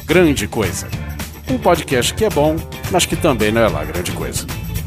Grande Coisa. Um podcast que é bom, mas que também não é lá grande coisa.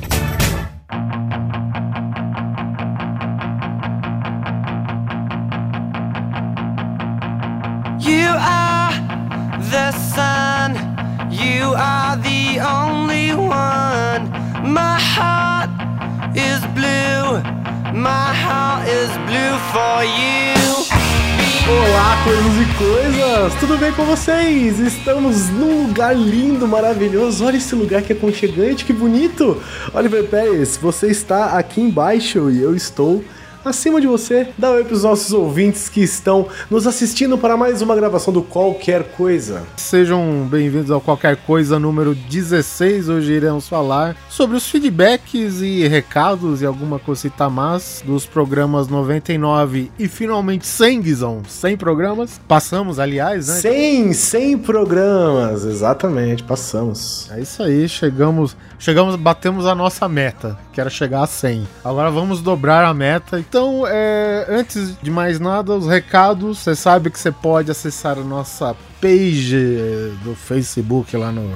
You are the sun, you are the only one. My heart is blue, my heart is blue for you. Olá, coisas e coisas! Tudo bem com vocês? Estamos num lugar lindo, maravilhoso. Olha esse lugar que é aconchegante, que bonito! Oliver Pérez, você está aqui embaixo e eu estou acima de você. Dá um oi para os nossos ouvintes que estão nos assistindo para mais uma gravação do Qualquer Coisa. Sejam bem-vindos ao Qualquer Coisa número 16. Hoje iremos falar sobre os feedbacks e recados e alguma cosita mais dos programas 99 e finalmente 100, Guizão. 100 programas. Passamos, aliás, né? 100 programas, exatamente, passamos. É isso aí, chegamos, batemos a nossa meta, que era chegar a 100. Agora vamos dobrar a meta. Então, antes de mais nada, os recados. Você sabe que você pode acessar a nossa page do Facebook lá no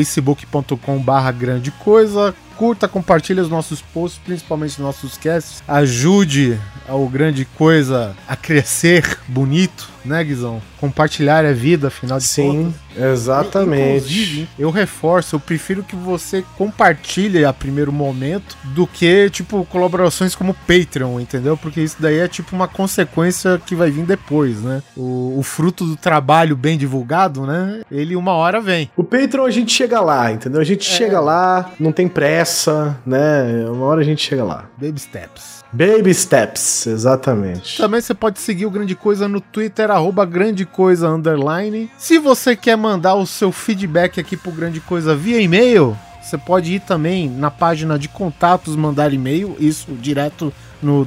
facebook.com/grande coisa. Curta, compartilhe os nossos posts, principalmente os nossos casts. Ajude ao Grande Coisa a crescer bonito, né, Guizão? Compartilhar é vida, afinal de contas. Sim, exatamente. Inclusive, eu reforço, eu prefiro que você compartilhe a primeiro momento do que, tipo, colaborações como Patreon, entendeu? Porque isso daí é, tipo, uma consequência que vai vir depois, né? O fruto do trabalho bem divulgado, né? Ele uma hora vem. O Patreon a gente chega lá, entendeu? A gente chega lá, não tem pressa, né? Uma hora a gente chega lá. Baby steps. Baby steps, exatamente. Também você pode seguir o Grande Coisa no Twitter, @grandecoisa_. Se você quer mandar o seu feedback aqui pro Grande Coisa via e-mail, você pode ir também na página de contatos, mandar e-mail, isso direto no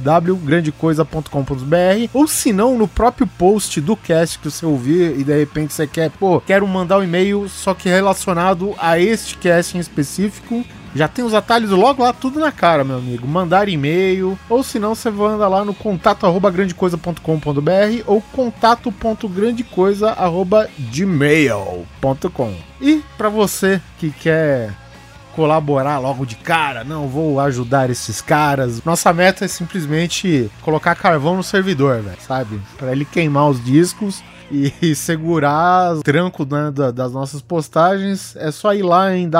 www.grandecoisa.com.br, ou se não, no próprio post do cast que você ouvir e de repente você quer, quero mandar um e-mail só que relacionado a este cast em específico. Já tem os atalhos logo lá, tudo na cara, meu amigo. Mandar e-mail, ou se não, você manda lá no contato@grandecoisa.com.br ou contato.grandecoisa@gmail.com. E para você que quer colaborar logo de cara, não vou ajudar esses caras, nossa meta é simplesmente colocar carvão no servidor, velho, sabe? Para ele queimar os discos e segurar o tranco, né, das nossas postagens. É só ir lá em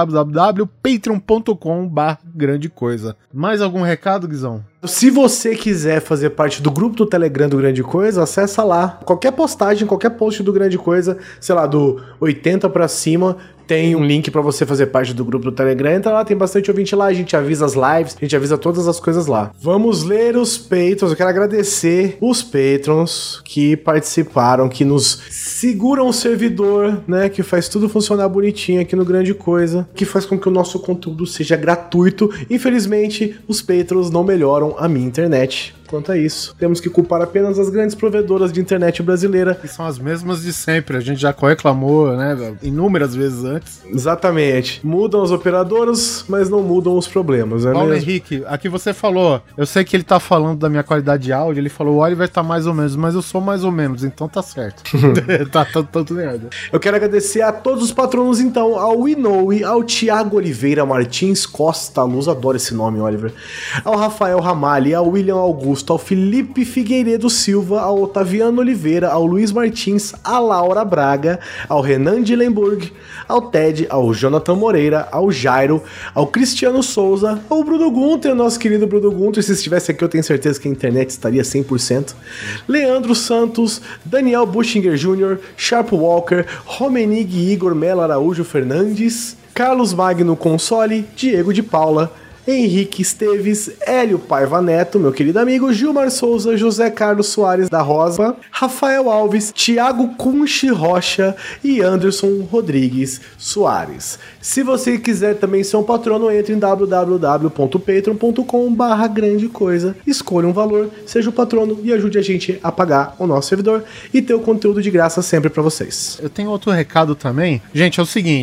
www.patreon.com/grandecoisa. Mais algum recado, Guizão? Se você quiser fazer parte do grupo do Telegram do Grande Coisa, acessa lá. Qualquer postagem, qualquer post do Grande Coisa, sei lá, do 80 pra cima, tem um link pra você fazer parte do grupo do Telegram. Entra lá, tem bastante ouvinte lá, a gente avisa as lives, a gente avisa todas as coisas lá. Vamos ler os Patrons. Eu quero agradecer os Patrons que participaram, que nos seguram o servidor, né, que faz tudo funcionar bonitinho aqui no Grande Coisa, que faz com que o nosso conteúdo seja gratuito. Infelizmente, os Patrons não melhoram a minha internet. Quanto a isso, temos que culpar apenas as grandes provedoras de internet brasileira. Que são as mesmas de sempre, a gente já reclamou, né, inúmeras vezes antes. Exatamente. Mudam as operadoras, mas não mudam os problemas, né? Paulo Henrique, aqui você falou, eu sei que ele tá falando da minha qualidade de áudio, ele falou, o Oliver tá mais ou menos, mas eu sou mais ou menos, então tá certo. tá tudo errado. Eu quero agradecer a todos os patronos, então, ao Inoue, ao Thiago Oliveira Martins Costa Luz, adoro esse nome, Oliver, ao Rafael Ramalho, ao William Augusto, ao Felipe Figueiredo Silva, ao Otaviano Oliveira, ao Luiz Martins, à Laura Braga, ao Renan de Lemburg, ao Ted, ao Jonathan Moreira, ao Jairo, ao Cristiano Souza, ao Bruno Gunter, nosso querido Bruno Gunter, se estivesse aqui eu tenho certeza que a internet estaria 100%, Leandro Santos, Daniel Buschinger Jr., Sharp Walker, Romenig Igor Melo Araújo Fernandes, Carlos Magno Console, Diego de Paula, Henrique Esteves, Hélio Paiva Neto, meu querido amigo, Gilmar Souza, José Carlos Soares da Rosa, Rafael Alves, Thiago Cunchi Rocha e Anderson Rodrigues Soares. Se você quiser também ser um patrono, entre em www.patreon.com/grande coisa, escolha um valor, seja o patrono e ajude a gente a pagar o nosso servidor e ter o conteúdo de graça sempre pra vocês. Eu tenho outro recado também. Gente, é o seguinte,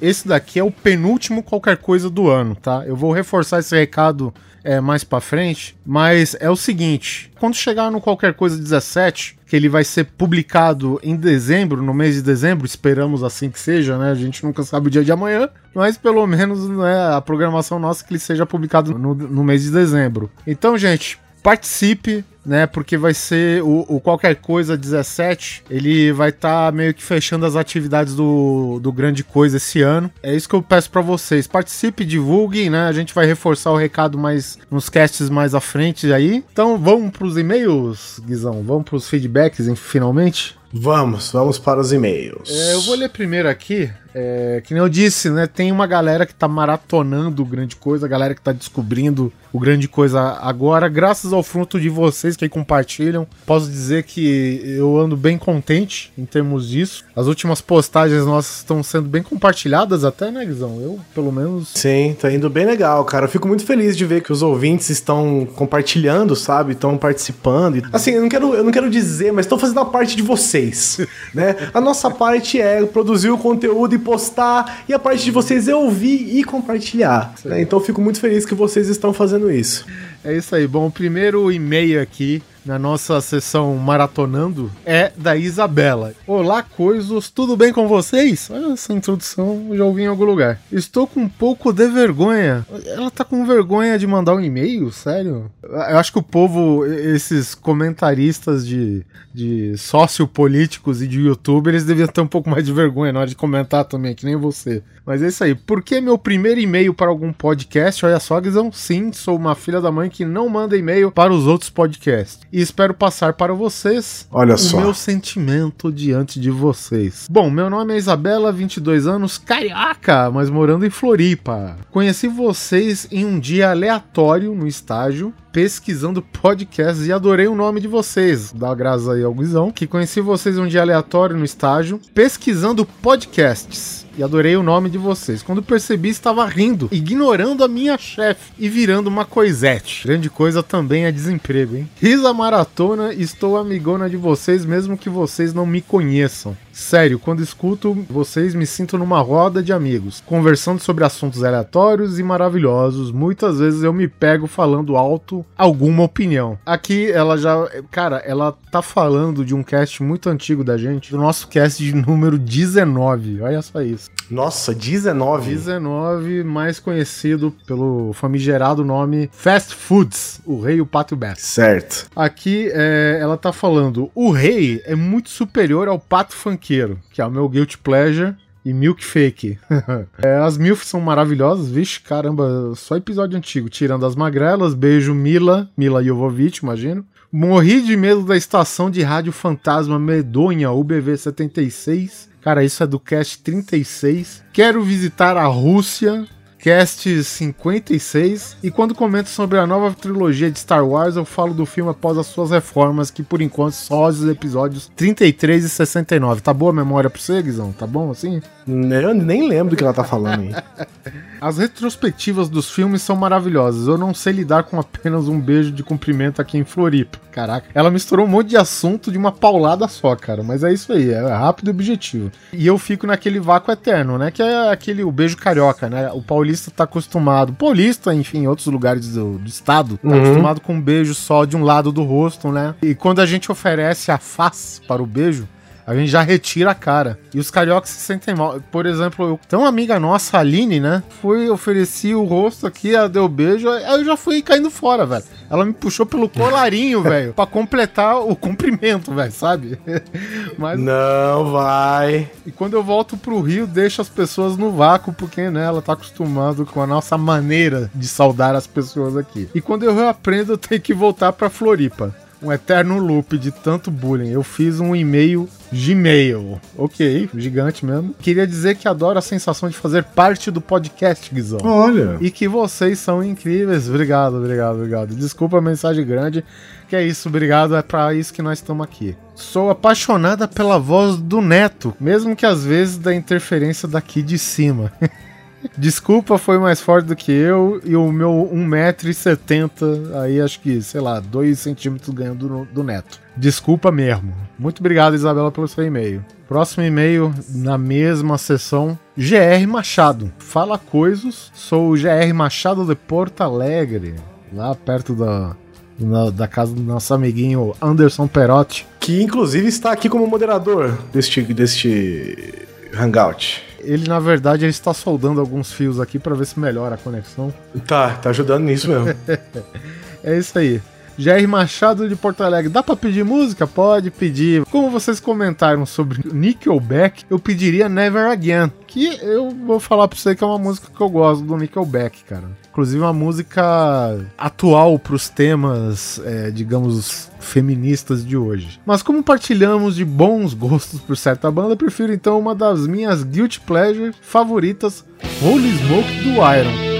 esse daqui é o penúltimo qualquer coisa do ano, tá? Eu vou reforçar esse recado mais pra frente, mas é o seguinte, quando chegar no qualquer coisa 17, que ele vai ser publicado em dezembro, no mês de dezembro, esperamos assim que seja, né? A gente nunca sabe o dia de amanhã, mas pelo menos, né, a programação nossa é que ele seja publicado no mês de dezembro. Então, gente, participe, né, porque vai ser o qualquer coisa 17, ele vai estar meio que fechando as atividades do Grande Coisa esse ano. É isso que eu peço pra vocês, participe, divulguem, né, a gente vai reforçar o recado mais nos casts mais à frente aí. Então vamos pros e-mails, Guizão, vamos pros feedbacks, finalmente? Vamos para os e-mails. Eu vou ler primeiro aqui, que nem eu disse, né, tem uma galera que tá maratonando o Grande Coisa, a galera que tá descobrindo o Grande Coisa agora, graças ao fruto de vocês que compartilham. Posso dizer que eu ando bem contente em termos disso. As últimas postagens nossas estão sendo bem compartilhadas até, né, Guizão? Eu, pelo menos... Sim, tá indo bem legal, cara. Eu fico muito feliz de ver que os ouvintes estão compartilhando, sabe? Estão participando. Assim, eu não quero dizer, mas estão fazendo a parte de vocês, né? A nossa parte é produzir o conteúdo e postar, e a parte de vocês é ouvir e compartilhar, né? Então eu fico muito feliz que vocês estão fazendo isso. É isso aí. Bom, o primeiro e-mail aqui na nossa sessão Maratonando é da Isabela. Olá, coisos, tudo bem com vocês? Olha essa introdução, eu já ouvi em algum lugar. Estou com um pouco de vergonha. Ela tá com vergonha de mandar um e-mail? Sério? Eu acho que o povo, esses comentaristas de sociopolíticos e de YouTube, eles deviam ter um pouco mais de vergonha na hora de comentar também, que nem você. Mas é isso aí. Por que meu primeiro e-mail para algum podcast? Olha só, Guizão, sim, sou uma filha da mãe que não manda e-mail para os outros podcasts. E espero passar para vocês o meu sentimento diante de vocês. Bom, meu nome é Isabela, 22 anos, carioca, mas morando em Floripa. Conheci vocês em um dia aleatório no estágio, pesquisando podcasts, e adorei o nome de vocês. Dá graças aí ao Guizão, que conheci vocês em um dia aleatório no estágio, pesquisando podcasts. E adorei o nome de vocês. Quando percebi, estava rindo, ignorando a minha chefe e virando uma coisete. Grande coisa também é desemprego, hein? Risa maratona, estou amigona de vocês, mesmo que vocês não me conheçam. Sério, quando escuto vocês, me sinto numa roda de amigos, conversando sobre assuntos aleatórios e maravilhosos. Muitas vezes eu me pego falando alto alguma opinião. Aqui ela já... Cara, ela tá falando de um cast muito antigo da gente, do nosso cast de número 19. Olha só isso. Nossa, 19? 19, mais conhecido pelo famigerado nome Fast Foods, o Rei, o Pato e o Beto. Certo. Aqui ela tá falando, o Rei é muito superior ao Pato Funkeiro, que é o meu guilty pleasure, e Milk Fake. As MILFs são maravilhosas, vixe, caramba, só episódio antigo, tirando as magrelas. Beijo Mila Jovovich, imagino. Morri de medo da estação de rádio fantasma medonha UBV 76. Cara, isso é do cast 36. Quero visitar a Rússia, cast 56. E quando comento sobre a nova trilogia de Star Wars, eu falo do filme após as suas reformas, que por enquanto só os episódios 33 e 69. Tá boa a memória pra você, Guizão? Tá bom assim? Eu nem lembro do que ela tá falando aí. As retrospectivas dos filmes são maravilhosas. Eu não sei lidar com apenas um beijo de cumprimento aqui em Floripa. Caraca, ela misturou um monte de assunto de uma paulada só, cara. Mas é isso aí, é rápido e objetivo. E eu fico naquele vácuo eterno, né? Que é o beijo carioca, né? O paulista tá acostumado... Paulista, enfim, em outros lugares do estado, tá acostumado com um beijo só de um lado do rosto, né? E quando a gente oferece a face para o beijo, a gente já retira a cara. E os cariocas se sentem mal. Por exemplo, tem uma amiga nossa, a Aline, né? Ofereci o rosto aqui, ela deu beijo, aí eu já fui caindo fora, velho. Ela me puxou pelo colarinho, velho, pra completar o cumprimento, velho, sabe? Mas... Não vai. E quando eu volto pro Rio, deixo as pessoas no vácuo, porque, né, ela tá acostumada com a nossa maneira de saudar as pessoas aqui. E quando eu aprendo, eu tenho que voltar pra Floripa. Um eterno loop de tanto bullying. Eu fiz um e-mail Gmail. Ok, gigante mesmo. Queria dizer que adoro a sensação de fazer parte do podcast, Guizão. Olha. E que vocês são incríveis. Obrigado. Desculpa a mensagem grande. Que é isso, obrigado. É pra isso que nós estamos aqui. Sou apaixonada pela voz do Neto, mesmo que às vezes da interferência daqui de cima. Desculpa, foi mais forte do que eu. E o meu 1,70m, aí acho que, sei lá, 2 centímetros ganhando do Neto. Desculpa mesmo. Muito obrigado, Isabela, pelo seu e-mail. Próximo e-mail, na mesma sessão, GR Machado. Fala coisas, sou o GR Machado de Porto Alegre, lá perto da casa do nosso amiguinho Anderson Perotti. Que inclusive está aqui como moderador deste hangout. Ele, na verdade, ele está soldando alguns fios aqui para ver se melhora a conexão. Tá ajudando nisso mesmo. É isso aí. Jair Machado de Porto Alegre. Dá pra pedir música? Pode pedir. Como vocês comentaram sobre Nickelback, eu pediria Never Again, que eu vou falar pra você que é uma música que eu gosto do Nickelback, cara. Inclusive uma música atual pros temas, digamos, feministas de hoje. Mas como partilhamos de bons gostos por certa banda, eu prefiro então uma das minhas guilty pleasures favoritas, Holy Smoke do Iron.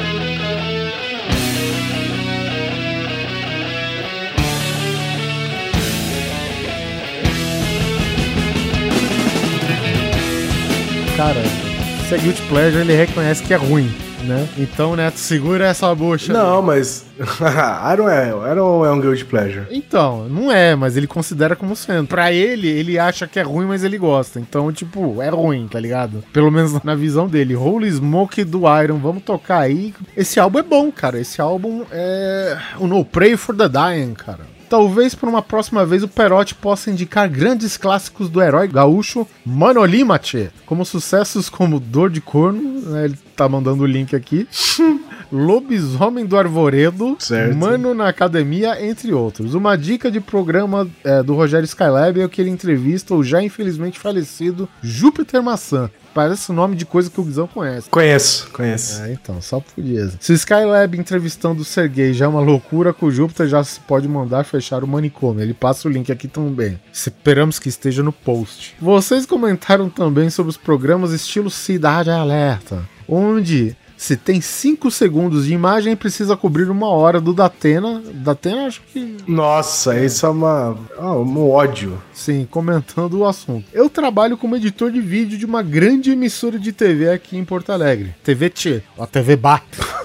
Cara, se é guilty pleasure, ele reconhece que é ruim, né? Então, Neto, segura essa bucha. Não, mas Iron é um guilty pleasure. Então, não é, mas ele considera como sendo. Pra ele acha que é ruim, mas ele gosta. Então, tipo, é ruim, tá ligado? Pelo menos na visão dele. Holy Smoke do Iron, vamos tocar aí. Esse álbum é bom, cara. Esse álbum é o No Pray for the Dying, cara. Talvez por uma próxima vez o Perotti possa indicar grandes clássicos do herói gaúcho Manolímache, como sucessos como Dor de Corno, né, ele tá mandando o link aqui, Lobisomem do Arvoredo, certo. Mano na Academia, entre outros. Uma dica de programa do Rogério Skylab é que ele entrevista o já infelizmente falecido Júpiter Maçã. Parece o nome de coisa que o Guizão conhece. Conheço. Então, só podia. Se o Skylab entrevistando o Serguei já é uma loucura, com o Júpiter já se pode mandar fechar o manicômio. Ele passa o link aqui também. Esperamos que esteja no post. Vocês comentaram também sobre os programas estilo Cidade Alerta, onde se tem 5 segundos de imagem, precisa cobrir 1 hora do Datena. Datena, acho que... Nossa, isso é um ódio. Sim, comentando o assunto. Eu trabalho como editor de vídeo de uma grande emissora de TV aqui em Porto Alegre. TV Tchê, a TV Bá.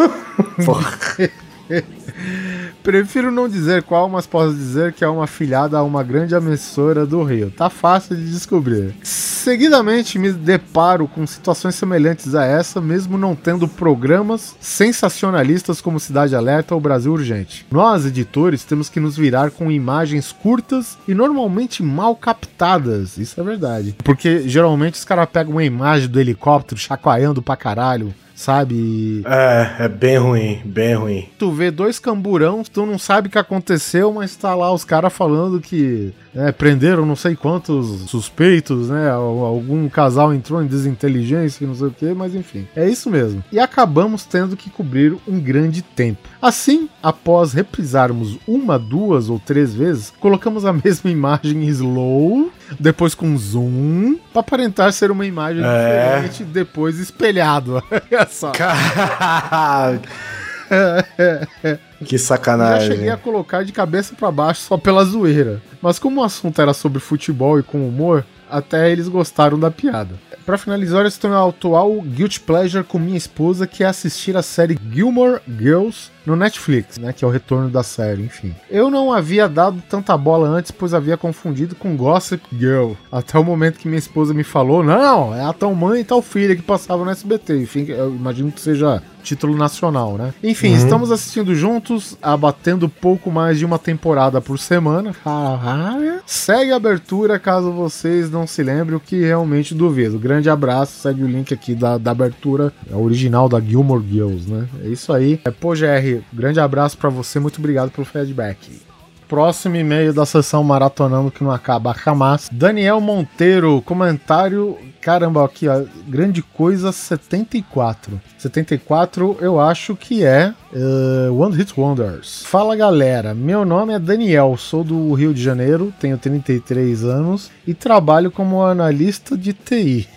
Prefiro não dizer qual, mas posso dizer que é uma afiliada a uma grande emissora do Rio. Tá fácil de descobrir. Seguidamente me deparo com situações semelhantes a essa, mesmo não tendo programas sensacionalistas como Cidade Alerta ou Brasil Urgente. Nós, editores, temos que nos virar com imagens curtas e normalmente mal captadas. Isso é verdade. Porque geralmente os caras pegam uma imagem do helicóptero chacoalhando pra caralho, sabe? É bem ruim. Tu vê 2 camburão, tu não sabe o que aconteceu, mas tá lá os caras falando que prenderam não sei quantos suspeitos, né? Algum casal entrou em desinteligência, não sei o que, mas enfim. É isso mesmo. E acabamos tendo que cobrir um grande tempo. Assim, após reprisarmos 1, 2 ou 3 vezes, colocamos a mesma imagem em slow, depois com zoom, pra aparentar ser uma imagem diferente, depois espelhado. Olha só. Que sacanagem. Já cheguei a colocar de cabeça pra baixo só pela zoeira. Mas como o assunto era sobre futebol e com humor, até eles gostaram da piada. Pra finalizar, eu estou no atual Guilty Pleasure com minha esposa, que é assistir a série Gilmore Girls no Netflix, né, que é o retorno da série, enfim. Eu não havia dado tanta bola antes, pois havia confundido com Gossip Girl, até o momento que minha esposa me falou, não, é a tal mãe e tal filha que passava no SBT, enfim, eu imagino que seja título nacional, né? Enfim, estamos assistindo juntos, abatendo pouco mais de uma temporada por semana. Segue a abertura, caso vocês não se lembrem, o que realmente duvido. Grande abraço, segue o link aqui da abertura original da Gilmore Girls, né? É isso aí. Pô, GR, grande abraço pra você, muito obrigado pelo feedback. Próximo e-mail da sessão Maratonando que não acaba jamais. Daniel Monteiro, comentário, caramba, aqui ó, grande coisa 74. 74 eu acho que é One Hit Wonders. Fala galera, meu nome é Daniel, sou do Rio de Janeiro, tenho 33 anos e trabalho como analista de TI.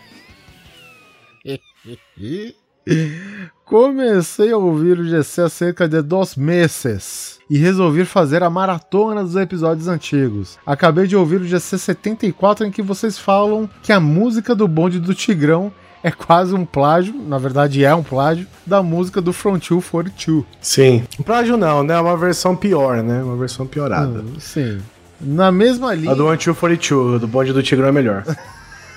Comecei a ouvir o GC há cerca de 2 meses e resolvi fazer a maratona dos episódios antigos. Acabei de ouvir o GC 74 em que vocês falam que a música do Bonde do Tigrão é quase um plágio, na verdade é um plágio, da música do From 242. Sim, plágio não, né? É uma versão pior, né? Uma versão piorada. Sim. Na mesma linha... A do 1242, do Bonde do Tigrão é melhor.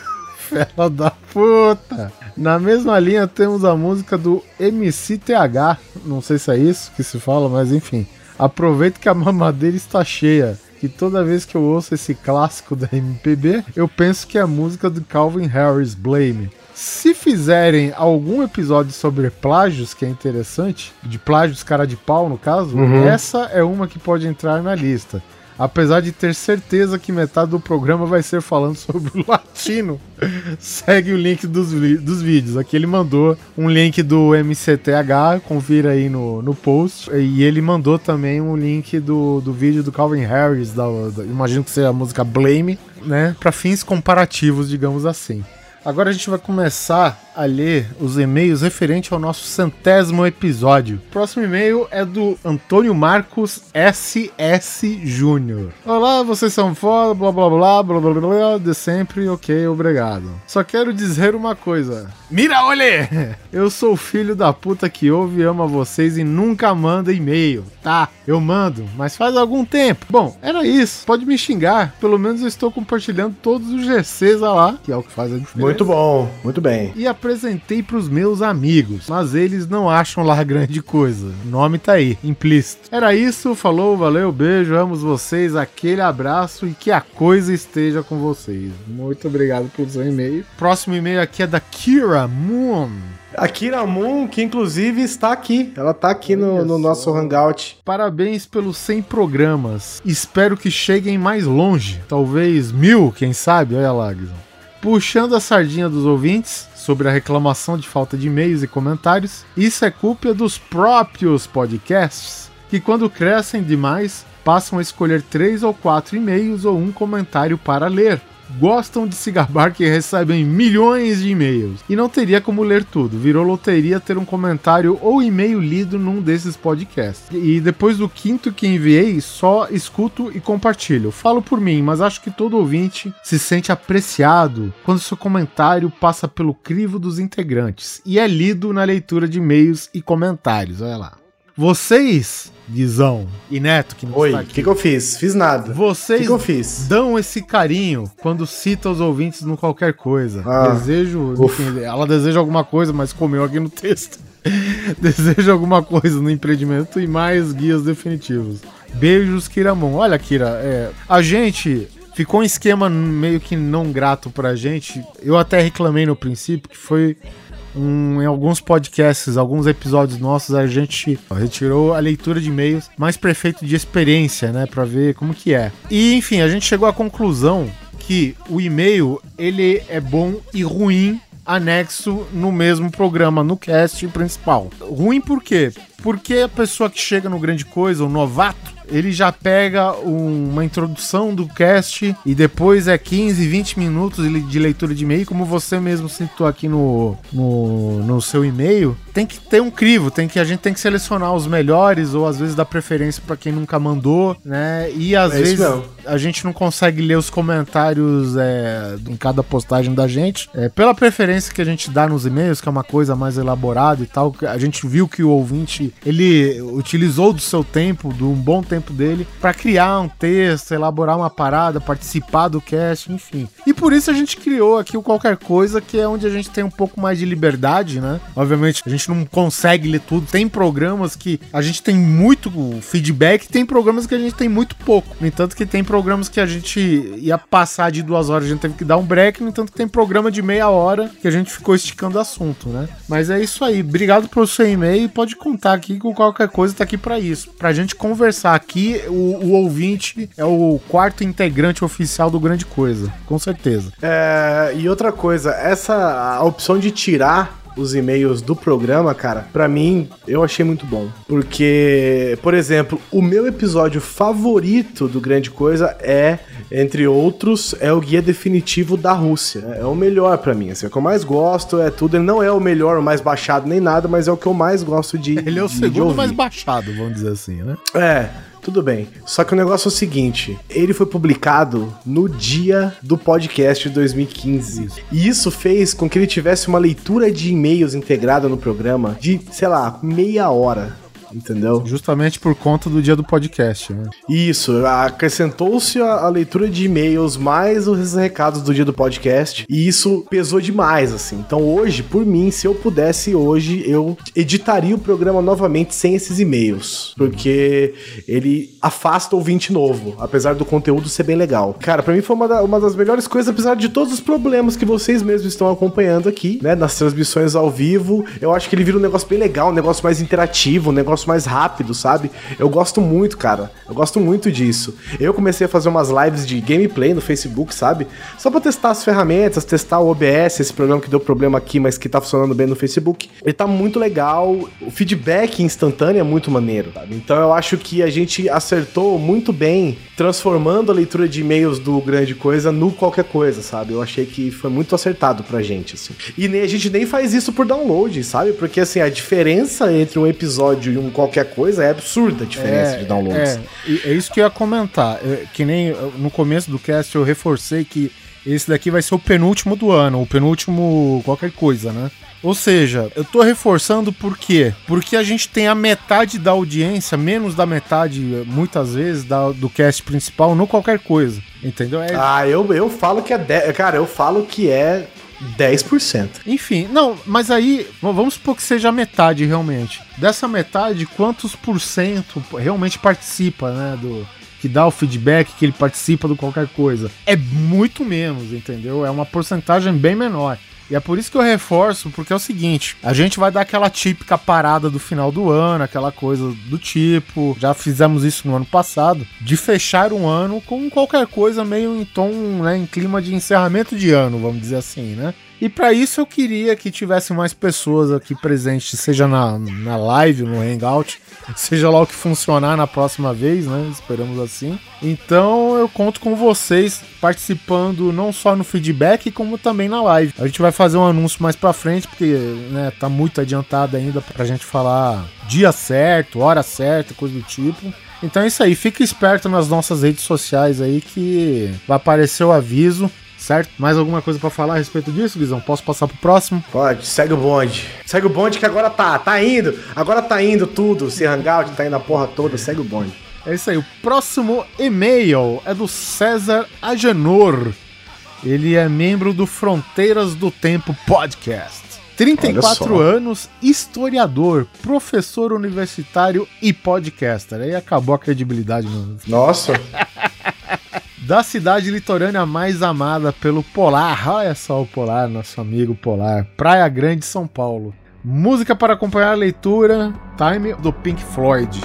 Fela da puta. Na mesma linha temos a música do MCTH. Não sei se é isso que se fala, mas enfim. Aproveito que a mamadeira está cheia. Que toda vez que eu ouço esse clássico da MPB, eu penso que é a música do Calvin Harris, Blame. Se fizerem algum episódio sobre plágios, que é interessante, de plágios cara de pau no caso, essa é uma que pode entrar na lista. Apesar de ter certeza que metade do programa vai ser falando sobre o latino. Segue o link dos vídeos. Aqui ele mandou um link do MCTH, confira aí no post. E ele mandou também um link do vídeo do Calvin Harris, imagino que seja a música Blame, né? Para fins comparativos, digamos assim. Agora a gente vai começar a ler os e-mails referentes ao nosso 100º episódio. O próximo e-mail é do Antônio Marcos SS Júnior. Olá, vocês são foda, blá blá blá, blá blá blá, de sempre, ok, obrigado. Só quero dizer uma coisa. Mira, olê! Eu sou o filho da puta que ouve e ama vocês e nunca manda e-mail, tá? Eu mando, mas faz algum tempo. Bom, era isso. Pode me xingar. Pelo menos eu estou compartilhando todos os GCs lá, que é o que faz a diferença. Muito bom, muito bem. E apresentei pros meus amigos, mas eles não acham lá grande coisa. O nome tá aí, implícito. Era isso, falou, valeu, beijo, amo vocês, aquele abraço e que a coisa esteja com vocês. Muito obrigado pelo seu e-mail. Próximo e-mail aqui é da Kira Moon. A Kira Moon, que inclusive está aqui. Ela tá aqui no nosso Hangout. Parabéns pelos 100 programas. Espero que cheguem mais longe. Talvez 1000, quem sabe? Olha lá, Guizão. Puxando a sardinha dos ouvintes sobre a reclamação de falta de e-mails e comentários, isso é culpa dos próprios podcasts, que quando crescem demais, passam a escolher 3 ou 4 e-mails ou um comentário para ler. Gostam de se gabar que recebem milhões de e-mails. E não teria como ler tudo. Virou loteria ter um comentário ou e-mail lido num desses podcasts. E depois do 5º que enviei, só escuto e compartilho. Falo por mim, mas acho que todo ouvinte se sente apreciado quando seu comentário passa pelo crivo dos integrantes e é lido na leitura de e-mails e comentários. Olha lá. Vocês, Guizão e Neto, que não Oi, está aqui. o que eu fiz? Fiz nada. Vocês que eu fiz? Dão esse carinho quando cita os ouvintes no qualquer coisa. Desejo... Enfim, ela deseja alguma coisa, mas comeu aqui no texto. Deseja alguma coisa no empreendimento e mais guias definitivos. Beijos, Kiramon. Olha, Kira, a gente... Ficou um esquema meio que não grato pra gente. Eu até reclamei no princípio que foi... em alguns podcasts, alguns episódios nossos, a gente retirou a leitura de e-mails mais pra efeito de experiência, né? Pra ver como que é. E, enfim, a gente chegou à conclusão que o e-mail, ele é bom e ruim anexo no mesmo programa, no cast principal. Ruim por quê? Porque a pessoa que chega no Grande Coisa, o novato, ele já pega uma introdução do cast e depois é 15, 20 minutos de leitura de e-mail, como você mesmo citou aqui no seu e-mail. Tem que ter um crivo, a gente tem que selecionar os melhores ou às vezes dar preferência para quem nunca mandou, né? E às vezes a gente não consegue ler os comentários em cada postagem da gente. Pela preferência que a gente dá nos e-mails, que é uma coisa mais elaborada e tal, a gente viu que o ouvinte, ele utilizou do seu tempo, de um bom tempo dele, para criar um texto, elaborar uma parada, participar do cast, enfim. E por isso a gente criou aqui o Qualquer Coisa, que é onde a gente tem um pouco mais de liberdade, né? Obviamente, a gente não consegue ler tudo. Tem programas que a gente tem muito feedback, tem programas que a gente tem muito pouco. No entanto que tem programas que a gente ia passar de 2 horas, a gente teve que dar um break, no entanto que tem programa de meia hora que a gente ficou esticando o assunto, né? Mas é isso aí. Obrigado pelo seu e-mail e pode contar aqui com Qualquer Coisa, tá aqui pra isso. Pra gente conversar aqui, o ouvinte é o 4º integrante oficial do Grande Coisa, com certeza. E outra coisa, a opção de tirar os e-mails do programa, cara, pra mim, eu achei muito bom. Porque, por exemplo, o meu episódio favorito do Grande Coisa entre outros, é o Guia Definitivo da Rússia. É o melhor pra mim, assim, é o que eu mais gosto, ele não é o melhor, o mais baixado nem nada, mas é o que eu mais gosto de Ele é o segundo mais baixado, vamos dizer assim, né? Tudo bem. Só que o negócio é o seguinte, ele foi publicado no dia do podcast de 2015. E isso fez com que ele tivesse uma leitura de e-mails integrada no programa de, sei lá, meia hora. entendeu? Justamente por conta do dia do podcast, né? Isso, acrescentou-se a leitura de e-mails mais os recados do dia do podcast, e isso pesou demais, assim. Então hoje, por mim, se eu pudesse hoje, eu editaria o programa novamente sem esses e-mails, porque ele afasta o ouvinte novo, apesar do conteúdo ser bem legal. Cara, pra mim foi uma das melhores coisas, apesar de todos os problemas que vocês mesmos estão acompanhando aqui, né, nas transmissões ao vivo. Eu acho que ele vira um negócio bem legal, um negócio mais interativo, um negócio mais rápido, sabe? Eu gosto muito, cara. Eu gosto muito disso. Eu comecei a fazer umas lives de gameplay no Facebook, sabe? Só pra testar as ferramentas, testar o OBS, esse programa que deu problema aqui, mas que tá funcionando bem no Facebook. Ele tá muito legal. O feedback instantâneo é muito maneiro, sabe? Então eu acho que a gente acertou muito bem transformando a leitura de e-mails do Grande Coisa no qualquer coisa, sabe? Eu achei que foi muito acertado pra gente, assim. E a gente nem faz isso por download, sabe? Porque, assim, a diferença entre um episódio e um qualquer coisa é absurda, a diferença de downloads. É isso que eu ia comentar. Que nem no começo do cast eu reforcei que esse daqui vai ser o penúltimo do ano, o penúltimo qualquer coisa, né? Ou seja, eu tô reforçando por quê? Porque a gente tem a metade da audiência, menos da metade, muitas vezes, do cast principal no qualquer coisa, entendeu? Eu falo que é... Cara, eu falo que é 10%. Enfim, não, mas aí, vamos supor que seja a metade realmente. Dessa metade, quantos por cento realmente participa, né, que dá o feedback, que ele participa do qualquer coisa? É muito menos, entendeu? É uma porcentagem bem menor. E é por isso que eu reforço, porque é o seguinte, a gente vai dar aquela típica parada do final do ano, aquela coisa do tipo, já fizemos isso no ano passado, de fechar um ano com qualquer coisa meio em tom, né, em clima de encerramento de ano, vamos dizer assim, né? E para isso eu queria que tivesse mais pessoas aqui presentes, seja na live, no Hangout, seja lá o que funcionar na próxima vez, né? Esperamos assim. Então eu conto com vocês participando não só no feedback, como também na live. A gente vai fazer um anúncio mais pra frente, porque, né, tá muito adiantado ainda pra gente falar dia certo, hora certa, coisa do tipo. Então é isso aí, fica esperto nas nossas redes sociais aí que vai aparecer o aviso. Certo? Mais alguma coisa pra falar a respeito disso, Guizão? Posso passar pro próximo? Pode, segue o bonde. Segue o bonde que agora tá indo. Agora tá indo tudo. Se Hangout tá indo a porra toda, segue o bonde. É isso aí. O próximo e-mail é do César Agenor. Ele é membro do Fronteiras do Tempo Podcast. 34 anos, historiador, professor universitário e podcaster. Aí acabou a credibilidade. Nossa. Da cidade litorânea mais amada pelo Polar. Olha só o Polar, nosso amigo Polar. Praia Grande, São Paulo. Música para acompanhar a leitura, Time, do Pink Floyd.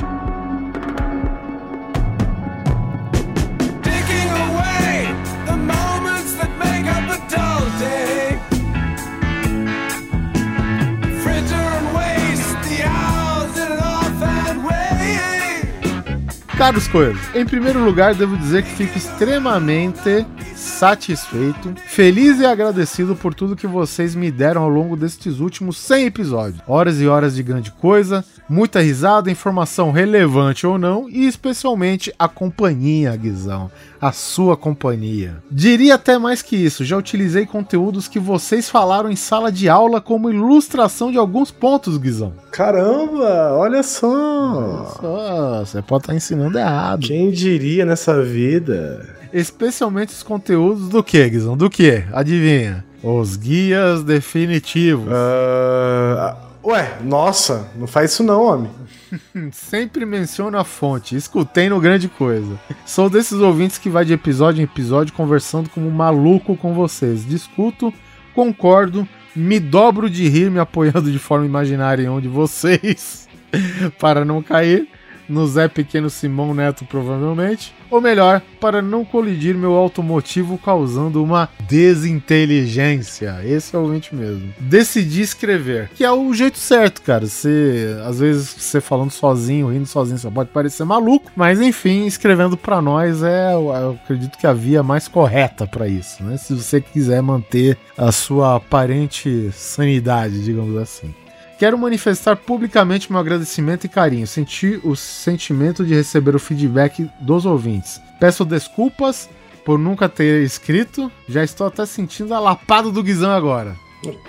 Caros coisas, em primeiro lugar devo dizer que fico extremamente satisfeito, feliz e agradecido por tudo que vocês me deram ao longo destes últimos 100 episódios. Horas e horas de grande coisa, muita risada, informação relevante ou não e especialmente a companhia, Guizão. A sua companhia. Diria até mais que isso, já utilizei conteúdos que vocês falaram em sala de aula como ilustração de alguns pontos, Guizão. Caramba, olha só. Olha só, você pode estar ensinando errado. Quem diria nessa vida? Especialmente os conteúdos do que, Guizão? Do que? Adivinha? Os guias definitivos. Ué, nossa, não faz isso não, homem. Sempre menciono a fonte, escutei no Grande Coisa. Sou desses ouvintes que vai de episódio em episódio conversando como um maluco com vocês. Discuto, concordo, me dobro de rir me apoiando de forma imaginária em um de vocês para não cair. No Zé Pequeno Simão Neto, provavelmente. Ou melhor, para não colidir meu automotivo causando uma desinteligência. Esse é o ouvinte mesmo. Decidi escrever, que é o jeito certo, cara. Às vezes, você falando sozinho, rindo sozinho, você pode parecer maluco, mas enfim, escrevendo pra nós eu acredito que a via mais correta pra isso, né? Se você quiser manter a sua aparente sanidade, digamos assim. Quero manifestar publicamente meu agradecimento e carinho. Senti o sentimento de receber o feedback dos ouvintes. Peço desculpas por nunca ter escrito. Já estou até sentindo a lapada do Guizão agora.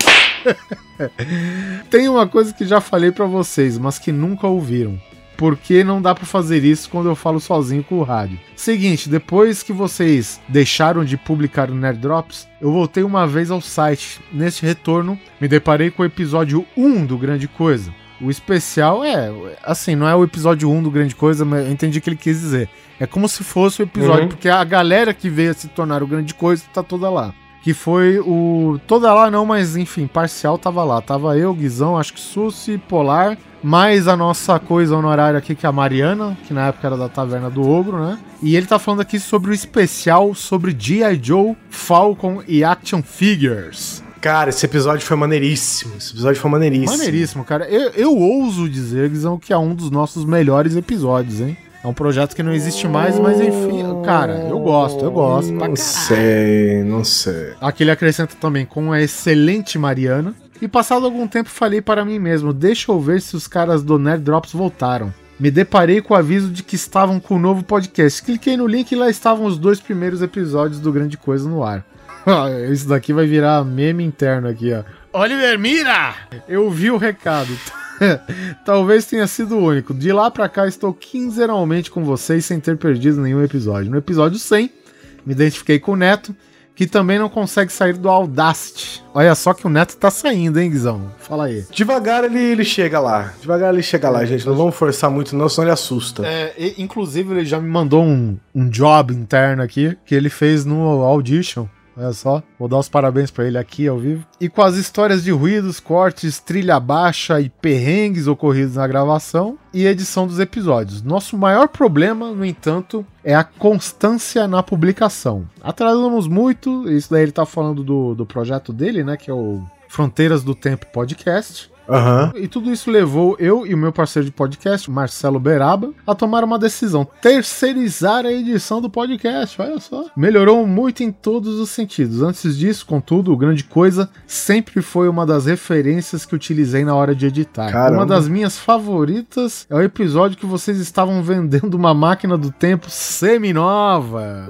Tem uma coisa que já falei pra vocês, mas que nunca ouviram. Porque não dá pra fazer isso quando eu falo sozinho com o rádio. Seguinte, depois que vocês deixaram de publicar o Nerd Drops, eu voltei uma vez ao site. Neste retorno, me deparei com o episódio 1 do Grande Coisa. O especial não é o episódio 1 do Grande Coisa, mas eu entendi o que ele quis dizer. É como se fosse o episódio, porque a galera que veio a se tornar o Grande Coisa tá toda lá. Que foi o... Toda lá não, mas enfim, parcial tava lá. Tava eu, Guizão, acho que Susi, Polar, mais a nossa coisa honorária aqui, que é a Mariana, que na época era da Taverna do Ogro, né? E ele tá falando aqui sobre o especial sobre G.I. Joe, Falcon e Action Figures. Cara, esse episódio foi maneiríssimo. Maneiríssimo, cara. Eu ouso dizer, Guizão, que é um dos nossos melhores episódios, hein? É um projeto que não existe mais, mas enfim, cara, eu gosto pra caralho. Não sei. Aqui ele acrescenta também com a excelente Mariana. E passado algum tempo falei para mim mesmo, deixa eu ver se os caras do Nerd Drops voltaram. Me deparei com o aviso de que estavam com um novo podcast. Cliquei no link e lá estavam os 2 primeiros episódios do Grande Coisa no ar. Isso daqui vai virar meme interno aqui, ó. Oliver, mira! Eu vi o recado. Talvez tenha sido o único. De lá pra cá estou quinzenalmente com vocês sem ter perdido nenhum episódio. No episódio 100, me identifiquei com o Neto, que também não consegue sair do Audacity. Olha só que o Neto tá saindo, hein, Guizão? Fala aí. Devagar ele chega lá. Gente. Não vamos forçar muito não, senão ele assusta. Inclusive, ele já me mandou um job interno aqui, que ele fez no Audition. Olha só, vou dar os parabéns pra ele aqui ao vivo. E com as histórias de ruídos, cortes, trilha baixa e perrengues ocorridos na gravação e edição dos episódios. Nosso maior problema, no entanto, é a constância na publicação. Atrasamos muito, isso daí ele tá falando do projeto dele, né, que é o Fronteiras do Tempo Podcast. E tudo isso levou eu e o meu parceiro de podcast, Marcelo Beraba, a tomar uma decisão: terceirizar a edição do podcast. Olha só, melhorou muito em todos os sentidos. Antes disso, contudo, o Grande Coisa sempre foi uma das referências que utilizei na hora de editar. Caramba. Uma das minhas favoritas é o episódio que vocês estavam vendendo uma máquina do tempo semi-nova.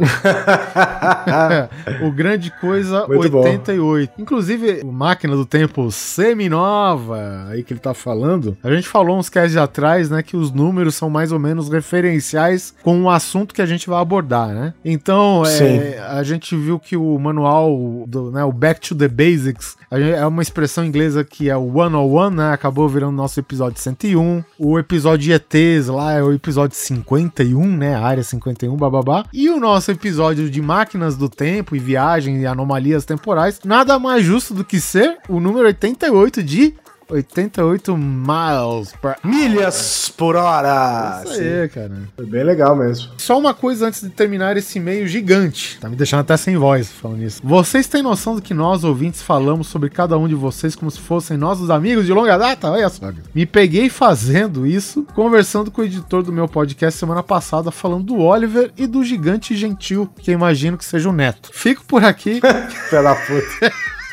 O Grande Coisa muito 88 bom. Inclusive, o Máquina do Tempo semi-nova aí que ele tá falando, a gente falou uns casts atrás, né, que os números são mais ou menos referenciais com o assunto que a gente vai abordar, né? Então, a gente viu que o manual, o Back to the Basics, é uma expressão inglesa que é o 101, né? Acabou virando nosso episódio 101. O episódio de ETs lá é o episódio 51, né? A área 51, bababá. E o nosso episódio de máquinas do tempo e viagem e anomalias temporais, nada mais justo do que ser o número 88 de 88 milhas por hora. Isso aí, cara. Foi bem legal mesmo. Só uma coisa antes de terminar esse e-mail gigante. Tá me deixando até sem voz falando isso. Vocês têm noção do que nós, ouvintes, falamos sobre cada um de vocês como se fossem nossos amigos de longa data? Olha só. Me peguei fazendo isso, conversando com o editor do meu podcast semana passada, falando do Oliver e do Gigante Gentil, que eu imagino que seja o Neto. Fico por aqui. Pela puta.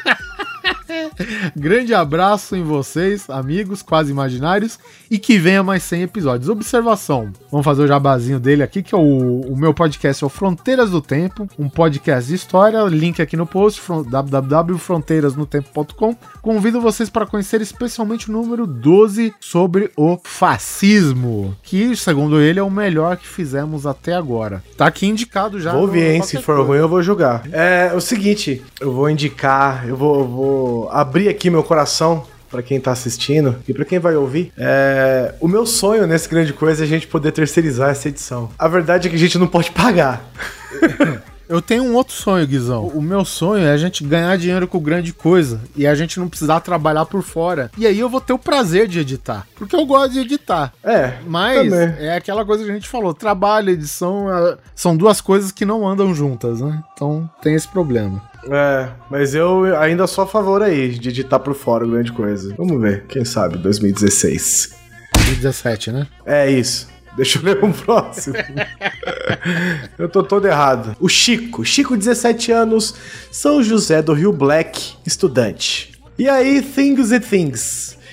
Grande abraço em vocês, amigos quase imaginários, e que venha mais 100 episódios. Observação, vamos fazer o jabazinho dele aqui, que é o meu podcast é o Fronteiras do Tempo, um podcast de história, link aqui no post, www.fronteirasnotempo.com. Convido vocês para conhecer especialmente o número 12 sobre o fascismo, que segundo ele é o melhor que fizemos até agora. Tá aqui indicado já. Vou ver, hein, se for ruim eu vou julgar. É o seguinte, eu vou indicar, eu vou abrir aqui meu coração pra quem tá assistindo e pra quem vai ouvir. O meu sonho nesse Grande Coisa é a gente poder terceirizar essa edição. A verdade é que a gente não pode pagar. Eu tenho um outro sonho, Guizão. O meu sonho é a gente ganhar dinheiro com Grande Coisa e a gente não precisar trabalhar por fora. E aí eu vou ter o prazer de editar, porque eu gosto de editar. Mas também. É aquela coisa que a gente falou, trabalho e edição são duas coisas que não andam juntas, né? Então tem esse problema. Mas eu ainda sou a favor aí de editar por fora Grande Coisa. Vamos ver, quem sabe, 2016. 2017, né? É isso. Deixa eu ler um próximo. Eu tô todo errado. O Chico, 17 anos, São José do Rio Black, estudante. E aí, things e things.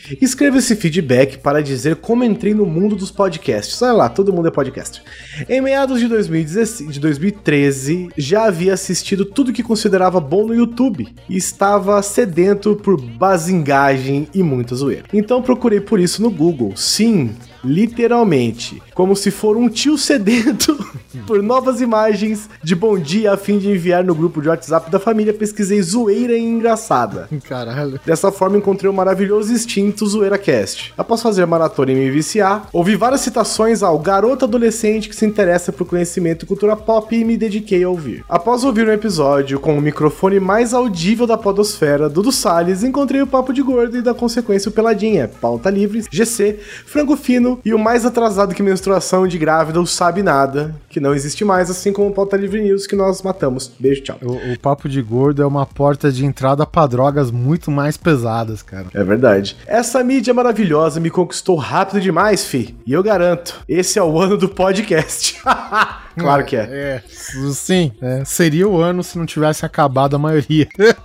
Escreva esse feedback para dizer como entrei no mundo dos podcasts. Olha lá, todo mundo é podcaster. Em meados de 2013, já havia assistido tudo que considerava bom no YouTube e estava sedento por basingagem e muita zoeira. Então procurei por isso no Google. Sim, literalmente, como se for um tio sedento por novas imagens de bom dia a fim de enviar no grupo de WhatsApp da família. Pesquisei zoeira e engraçada. Caralho. Dessa forma encontrei o maravilhoso instinto ZoeiraCast. Após fazer maratona e me viciar, ouvi várias citações ao garoto adolescente que se interessa por conhecimento e cultura pop e me dediquei a ouvir. Após ouvir um episódio com o microfone mais audível da podosfera, Dudu Salles, encontrei o Papo de Gordo e da consequência o Peladinha, Pauta Livre, GC, Frango Fino e o mais atrasado que menstruação de grávida, o Sabe Nada, que não existe mais, assim como o Pauta Livre News que nós matamos. Beijo, tchau. O Papo de Gordo é uma porta de entrada pra drogas muito mais pesadas, cara. É verdade. Essa mídia maravilhosa me conquistou rápido demais, fi. E eu garanto, esse é o ano do podcast. Claro que é. Sim, seria o ano se não tivesse acabado a maioria.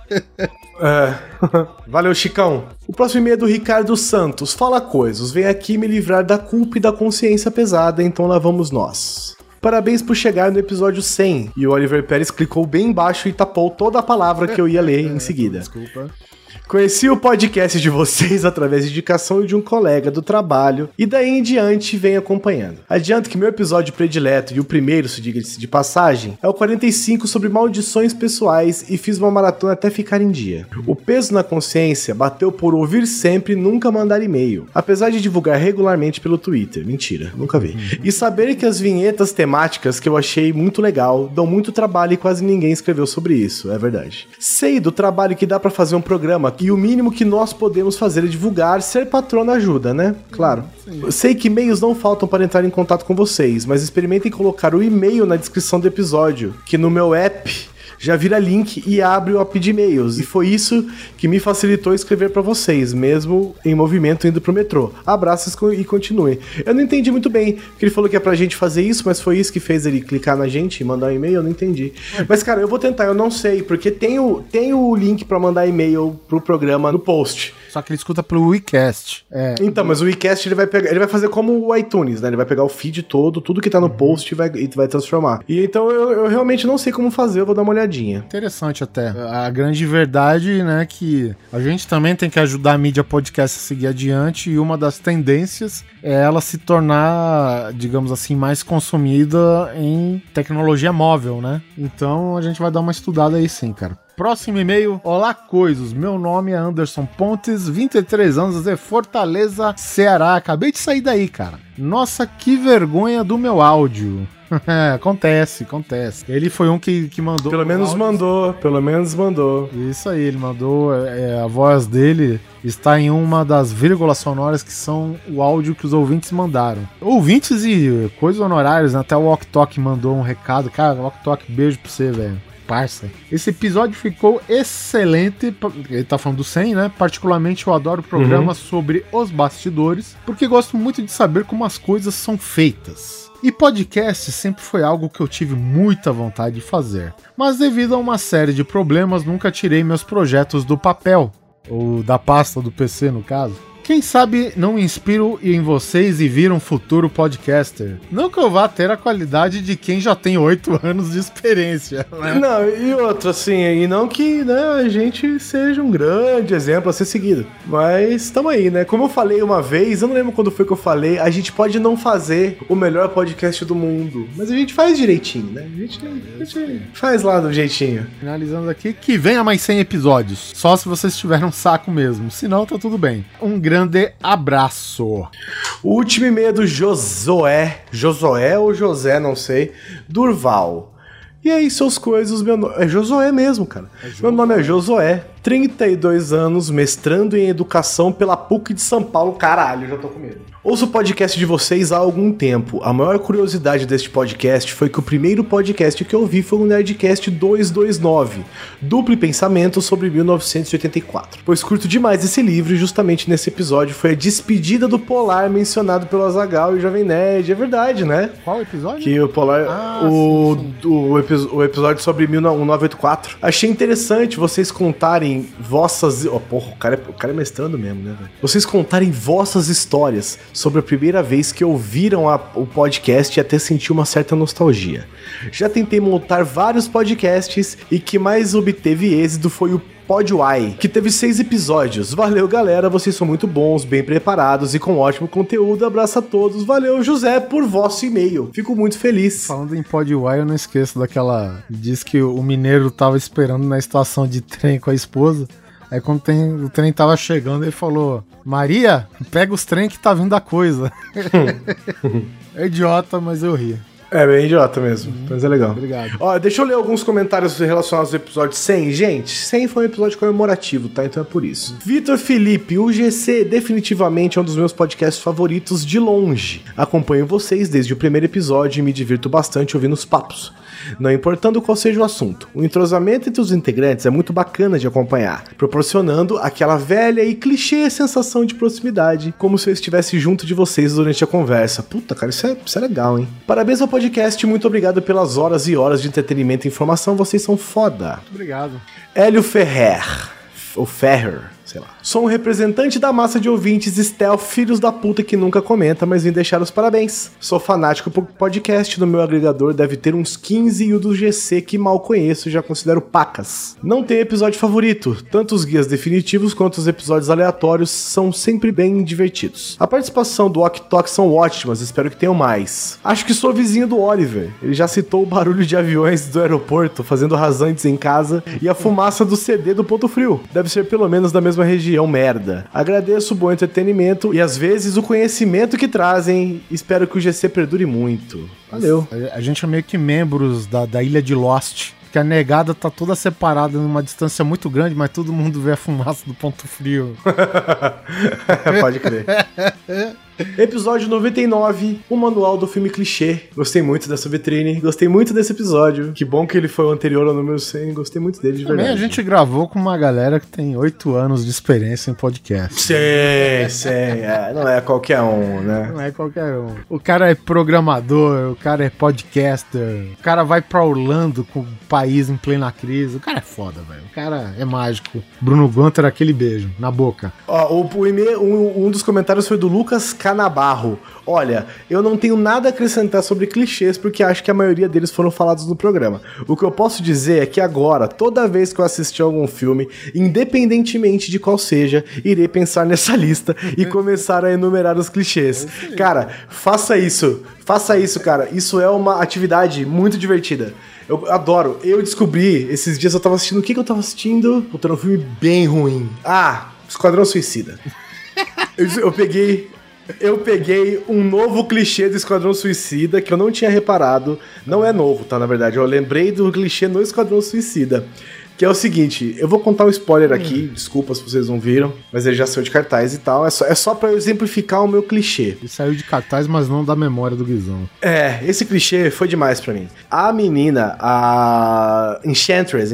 Valeu, Chicão. O próximo e-mail é do Ricardo Santos. Fala coisas, vem aqui me livrar da culpa e da consciência pesada, então lá vamos nós. Parabéns por chegar no episódio 100. E o Oliver Pérez clicou bem embaixo e tapou toda a palavra que eu ia ler em seguida. Desculpa. Conheci o podcast de vocês através de indicação de um colega do trabalho e daí em diante venho acompanhando. Adianto que meu episódio predileto e o primeiro, se diga-se de passagem, é o 45 sobre maldições pessoais e fiz uma maratona até ficar em dia. O peso na consciência bateu por ouvir sempre e nunca mandar e-mail, apesar de divulgar regularmente pelo Twitter. Mentira, nunca vi. E saber que as vinhetas temáticas que eu achei muito legal dão muito trabalho e quase ninguém escreveu sobre isso, é verdade. Sei do trabalho que dá pra fazer um programa e o mínimo que nós podemos fazer é divulgar, ser patrono ajuda, né? Claro. Eu sei que e-mails não faltam para entrar em contato com vocês, mas experimentem colocar o e-mail na descrição do episódio, que no meu app já vira link e abre o app de e-mails. E foi isso que me facilitou escrever pra vocês, mesmo em movimento indo pro metrô. Abraços e continue. Eu não entendi muito bem, porque ele falou que é pra gente fazer isso, mas foi isso que fez ele clicar na gente e mandar um e-mail, eu não entendi. Mas, cara, eu vou tentar, eu não sei, porque tem o link pra mandar e-mail pro programa no post. Só que ele escuta pelo WeCast. Então, mas o WeCast ele vai fazer como o iTunes, né? Ele vai pegar o feed todo, tudo que tá no post e vai transformar. E então eu realmente não sei como fazer, eu vou dar uma olhadinha. Interessante até. A grande verdade, né, que a gente também tem que ajudar a mídia podcast a seguir adiante e uma das tendências é ela se tornar, digamos assim, mais consumida em tecnologia móvel, né? Então a gente vai dar uma estudada aí sim, cara. Próximo e-mail. Olá, coisas. Meu nome é Anderson Pontes, 23 anos, de Fortaleza, Ceará. Acabei de sair daí, cara. Nossa, que vergonha do meu áudio. Acontece. Ele foi um que mandou. Pelo menos mandou. Isso aí, ele mandou. A voz dele está em uma das vírgulas sonoras que são o áudio que os ouvintes mandaram. Ouvintes e coisas honorárias, né? Até o Ok Tok mandou um recado. Cara, Ok Tok, beijo pra você, velho. Parça. Esse episódio ficou excelente. Ele tá falando do 100, né? Particularmente eu adoro programas sobre os bastidores, porque gosto muito de saber como as coisas são feitas. E podcast sempre foi algo que eu tive muita vontade de fazer. Mas devido a uma série de problemas, nunca tirei meus projetos do papel. Ou da pasta do PC, no caso. Quem sabe não me inspiro em vocês e vira um futuro podcaster. Não que eu vá ter a qualidade de quem já tem 8 anos de experiência, né? Não, e outra, assim, e não que, né, a gente seja um grande exemplo a ser seguido. Mas estamos aí, né? Como eu falei uma vez, eu não lembro quando foi que eu falei, a gente pode não fazer o melhor podcast do mundo, mas a gente faz direitinho, né? A gente faz lá do jeitinho. Finalizando aqui, que venha mais 100 episódios. Só se vocês tiverem um saco mesmo. Senão, tá tudo bem. Um grande abraço. O último e-mail é do Josué ou José, não sei, Durval. E aí, seus coisas, meu nome... É Josué mesmo, cara. Meu nome é Josué, 32 anos, mestrando em educação pela PUC de São Paulo. Caralho, já tô com medo. Ouço o podcast de vocês há algum tempo. A maior curiosidade deste podcast foi que o primeiro podcast que eu ouvi foi o Nerdcast 229, Duplo Pensamento sobre 1984. Pois curto demais esse livro e justamente nesse episódio foi a despedida do Polar mencionado pelo Azaghal e o Jovem Nerd. É verdade, né? Qual episódio? Que o Polar... o episódio sobre 1984. Achei interessante vocês contarem contarem vossas... Oh, porra, o cara é mestrando mesmo, né, velho? Vocês contarem vossas histórias sobre a primeira vez que ouviram o podcast e até sentir uma certa nostalgia. Já tentei montar vários podcasts e que mais obteve êxito foi o Podwhy, que teve 6 episódios. Valeu, galera, vocês são muito bons, bem preparados e com ótimo conteúdo. Abraço a todos. Valeu, José, por vosso e-mail. Fico muito feliz. Falando em Podwhy, eu não esqueço daquela... Diz que o mineiro tava esperando na estação de trem com a esposa. Aí quando o trem tava chegando, ele falou: Maria, pega os trem que tá vindo a coisa. É idiota, mas eu ri. É bem idiota mesmo, mas é legal. Obrigado. Ó, deixa eu ler alguns comentários relacionados ao episódio 100. Gente, 100 foi um episódio comemorativo, tá? Então é por isso. Vitor Felipe, o GC definitivamente é um dos meus podcasts favoritos de longe. Acompanho vocês desde o primeiro episódio e me divirto bastante ouvindo os papos. Não importando qual seja o assunto, o entrosamento entre os integrantes é muito bacana de acompanhar, proporcionando aquela velha e clichê sensação de proximidade, como se eu estivesse junto de vocês durante a conversa. Puta, cara, isso é legal, hein? Parabéns ao podcast, muito obrigado pelas horas e horas de entretenimento e informação, vocês são foda. Muito obrigado. Hélio Ferrer, ou Ferrer, sei lá. Sou um representante da massa de ouvintes stealth, filhos da puta que nunca comenta, mas vim deixar os parabéns. Sou fanático por podcast, no meu agregador deve ter uns 15 e o do GC que mal conheço e já considero pacas. Não tem episódio favorito, tanto os guias definitivos quanto os episódios aleatórios são sempre bem divertidos. A participação do Ok Tok são ótimas, espero que tenham mais. Acho que sou vizinho do Oliver, ele já citou o barulho de aviões do aeroporto fazendo rasantes em casa e a fumaça do CD do Ponto Frio. Deve ser pelo menos da mesma região, merda. Agradeço o bom entretenimento e às vezes o conhecimento que trazem. Espero que o GC perdure muito. Valeu. A gente é meio que membros da ilha de Lost, que a negada tá toda separada numa distância muito grande, mas todo mundo vê a fumaça do Ponto Frio. Pode crer. Episódio 99, o manual do filme clichê. Gostei muito dessa vitrine, gostei muito desse episódio. Que bom que ele foi o anterior ao número 100, gostei muito dele de verdade. Também a gente gravou com uma galera que tem 8 anos de experiência em podcast. Sei, não é qualquer um, né? Não é qualquer um. O cara é programador, o cara é podcaster, o cara vai pra Orlando com o país em plena crise. O cara é foda, velho. O cara é mágico. Bruno Gunter, aquele beijo na boca. Ó, um dos comentários foi do Lucas Canabarro. Olha, eu não tenho nada a acrescentar sobre clichês porque acho que a maioria deles foram falados no programa. O que eu posso dizer é que agora, toda vez que eu assistir algum filme, independentemente de qual seja, irei pensar nessa lista e começar a enumerar os clichês. Cara, faça isso, cara. Isso é uma atividade muito divertida. Eu adoro. Eu descobri, esses dias eu tava assistindo... O que eu tava assistindo? Puta, era um filme bem ruim. Esquadrão Suicida. Eu peguei um novo clichê do Esquadrão Suicida que eu não tinha reparado. Não é novo, tá? Na verdade, eu lembrei do clichê no Esquadrão Suicida. Que é o seguinte, eu vou contar um spoiler aqui, desculpa se vocês não viram, mas ele já saiu de cartaz e tal, é só pra eu exemplificar o meu clichê. Ele saiu de cartaz, mas não da memória do Guizão. Esse clichê foi demais pra mim. A menina, a Enchantress,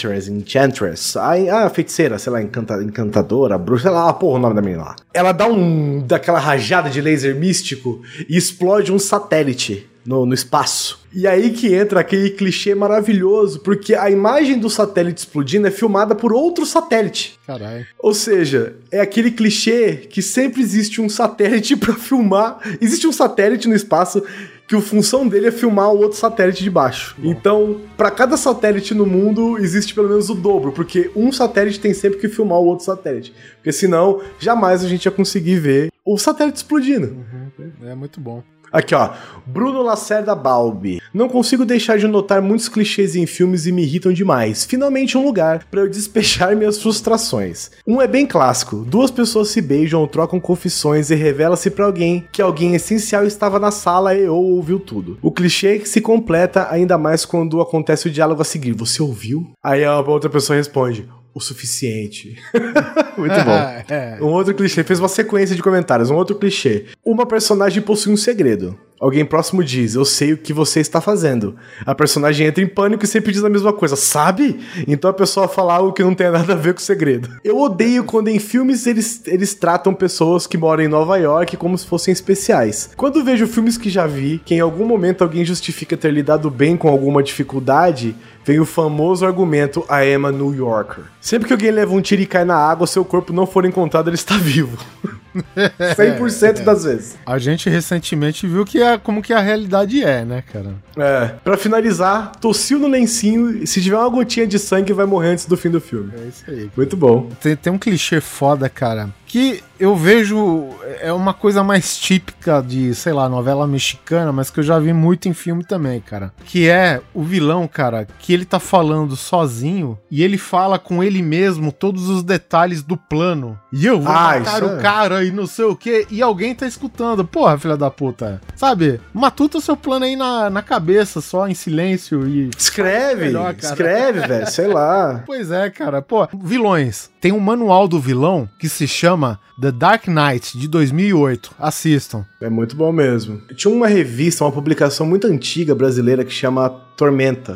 a feiticeira, sei lá, encantadora, bruxa, sei lá, porra o nome da menina lá. Ela dá daquela rajada de laser místico e explode um satélite no espaço. E aí que entra aquele clichê maravilhoso, porque a imagem do satélite explodindo é filmada por outro satélite. Caralho. Ou seja, é aquele clichê que sempre existe um satélite pra filmar. Existe um satélite no espaço que a função dele é filmar o outro satélite de baixo. Bom. Então, pra cada satélite no mundo, existe pelo menos o dobro, porque um satélite tem sempre que filmar o outro satélite. Porque senão, jamais a gente ia conseguir ver o satélite explodindo. É muito bom. Aqui, ó, Bruno Lacerda Balbi. Não consigo deixar de notar muitos clichês em filmes e me irritam demais. Finalmente um lugar pra eu despejar minhas frustrações. Um é bem clássico. 2 pessoas se beijam ou trocam confissões e revela-se pra alguém que alguém essencial estava na sala e ou ouviu tudo. O clichê que se completa ainda mais quando acontece o diálogo a seguir. Você ouviu? Aí a outra pessoa responde: o suficiente. Muito bom. Um outro clichê, fez uma sequência de comentários. Um outro clichê. Uma personagem possui um segredo. Alguém próximo diz: eu sei o que você está fazendo. A personagem entra em pânico e sempre diz a mesma coisa. Sabe? Então a pessoa fala algo que não tem nada a ver com o segredo. Eu odeio quando em filmes eles tratam pessoas que moram em Nova York como se fossem especiais. Quando vejo filmes que já vi, que em algum momento alguém justifica ter lidado bem com alguma dificuldade, vem o famoso argumento I am a New Yorker. Sempre que alguém leva um tiro e cai na água, seu corpo não for encontrado, ele está vivo. 100% das vezes. A gente recentemente viu como que a realidade é, né, cara? Pra finalizar, tossiu no lencinho e se tiver uma gotinha de sangue vai morrer antes do fim do filme. É isso aí. Muito bom. Tem um clichê foda, cara, que eu vejo é uma coisa mais típica de, sei lá, novela mexicana, mas que eu já vi muito em filme também, cara. Que é o vilão, cara, que ele tá falando sozinho e ele fala com ele mesmo todos os detalhes do plano. E eu vou matar o cara e não sei o que, e alguém tá escutando. Porra, filha da puta. Sabe? Matuta o seu plano aí na cabeça, só em silêncio e... Escreve, velho, sei lá. Pois é, cara. Pô, vilões. Tem um manual do vilão que se chama The Dark Knight, de 2008. Assistam. É muito bom mesmo. Tinha uma revista, uma publicação muito antiga brasileira que chama Tormenta,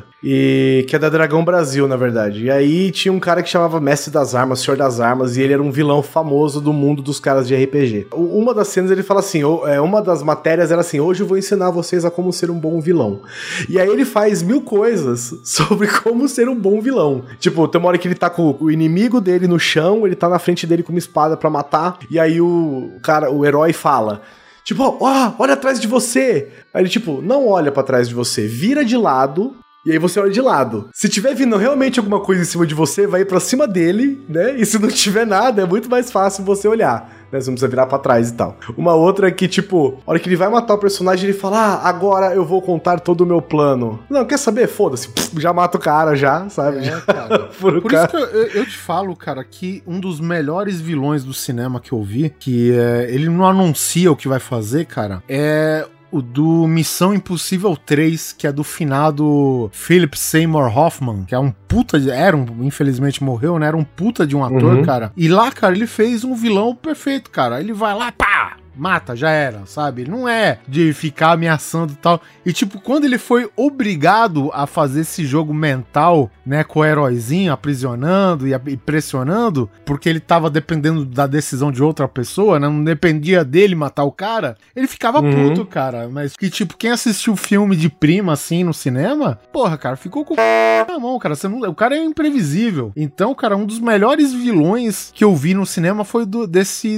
e que é da Dragão Brasil, na verdade. E aí tinha um cara que chamava Mestre das Armas, Senhor das Armas, e ele era um vilão famoso do mundo dos caras de RPG. Uma das cenas ele fala assim, uma das matérias era assim, hoje eu vou ensinar vocês a como ser um bom vilão. E aí ele faz 1000 coisas sobre como ser um bom vilão. Tipo, tem uma hora que ele tá com o inimigo dele no chão, ele tá na frente dele com uma espada pra matar, e aí o herói fala... Tipo, olha atrás de você. Aí ele, tipo, não olha pra trás de você, vira de lado, e aí você olha de lado. Se tiver vindo realmente alguma coisa em cima de você, vai ir pra cima dele, né? E se não tiver nada, é muito mais fácil você olhar, né? Você não precisa virar pra trás e tal. Uma outra é que, tipo, a hora que ele vai matar o personagem, ele fala, agora eu vou contar todo o meu plano. Não, quer saber? Foda-se. Já mata o cara, já, sabe? Cara. Por isso que eu te falo, cara, que um dos melhores vilões do cinema que eu vi, que ele não anuncia o que vai fazer, cara, é... o do Missão Impossível 3, que é do finado Philip Seymour Hoffman, que é um puta de... infelizmente morreu, né? Era um puta de um ator, cara. E lá, cara, ele fez um vilão perfeito, cara. Ele vai lá, pá! Mata, já era, sabe? Não é de ficar ameaçando e tal. E, tipo, quando ele foi obrigado a fazer esse jogo mental, né, com o heróizinho aprisionando e pressionando, porque ele tava dependendo da decisão de outra pessoa, né? Não dependia dele matar o cara, ele ficava puto, cara. Mas que, tipo, quem assistiu o filme de prima, assim, no cinema, porra, cara, ficou com o na mão, cara. O cara é imprevisível. Então, cara, um dos melhores vilões que eu vi no cinema foi do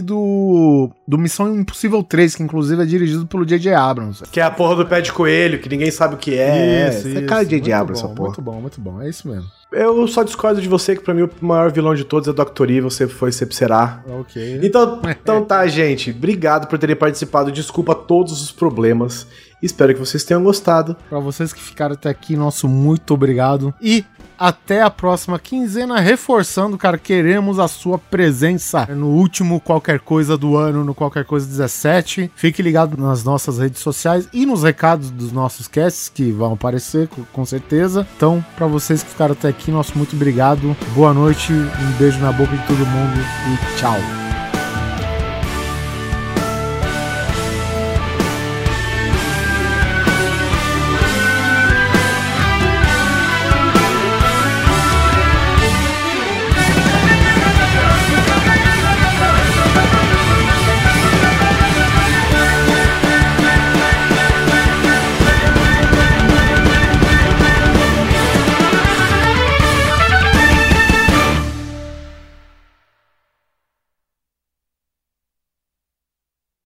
Missão Impossível 3, que inclusive é dirigido pelo J.J. Abrams. Que é a porra do pé de coelho, que ninguém sabe o que é. Isso. É cara de J.J. Abrams, essa porra. Muito bom. É isso mesmo. Eu só discordo de você, que pra mim o maior vilão de todos é Dr. Evil, sempre será. Ok. Então tá, gente. Obrigado por terem participado. Desculpa todos os problemas. Espero que vocês tenham gostado. Pra vocês que ficaram até aqui, nosso muito obrigado. E até a próxima quinzena, reforçando, cara, queremos a sua presença no último Qualquer Coisa do ano, no Qualquer Coisa 17. Fique ligado nas nossas redes sociais e nos recados dos nossos casts, que vão aparecer, com certeza. Então, pra vocês que ficaram até aqui, nosso muito obrigado. Boa noite, um beijo na boca de todo mundo e tchau.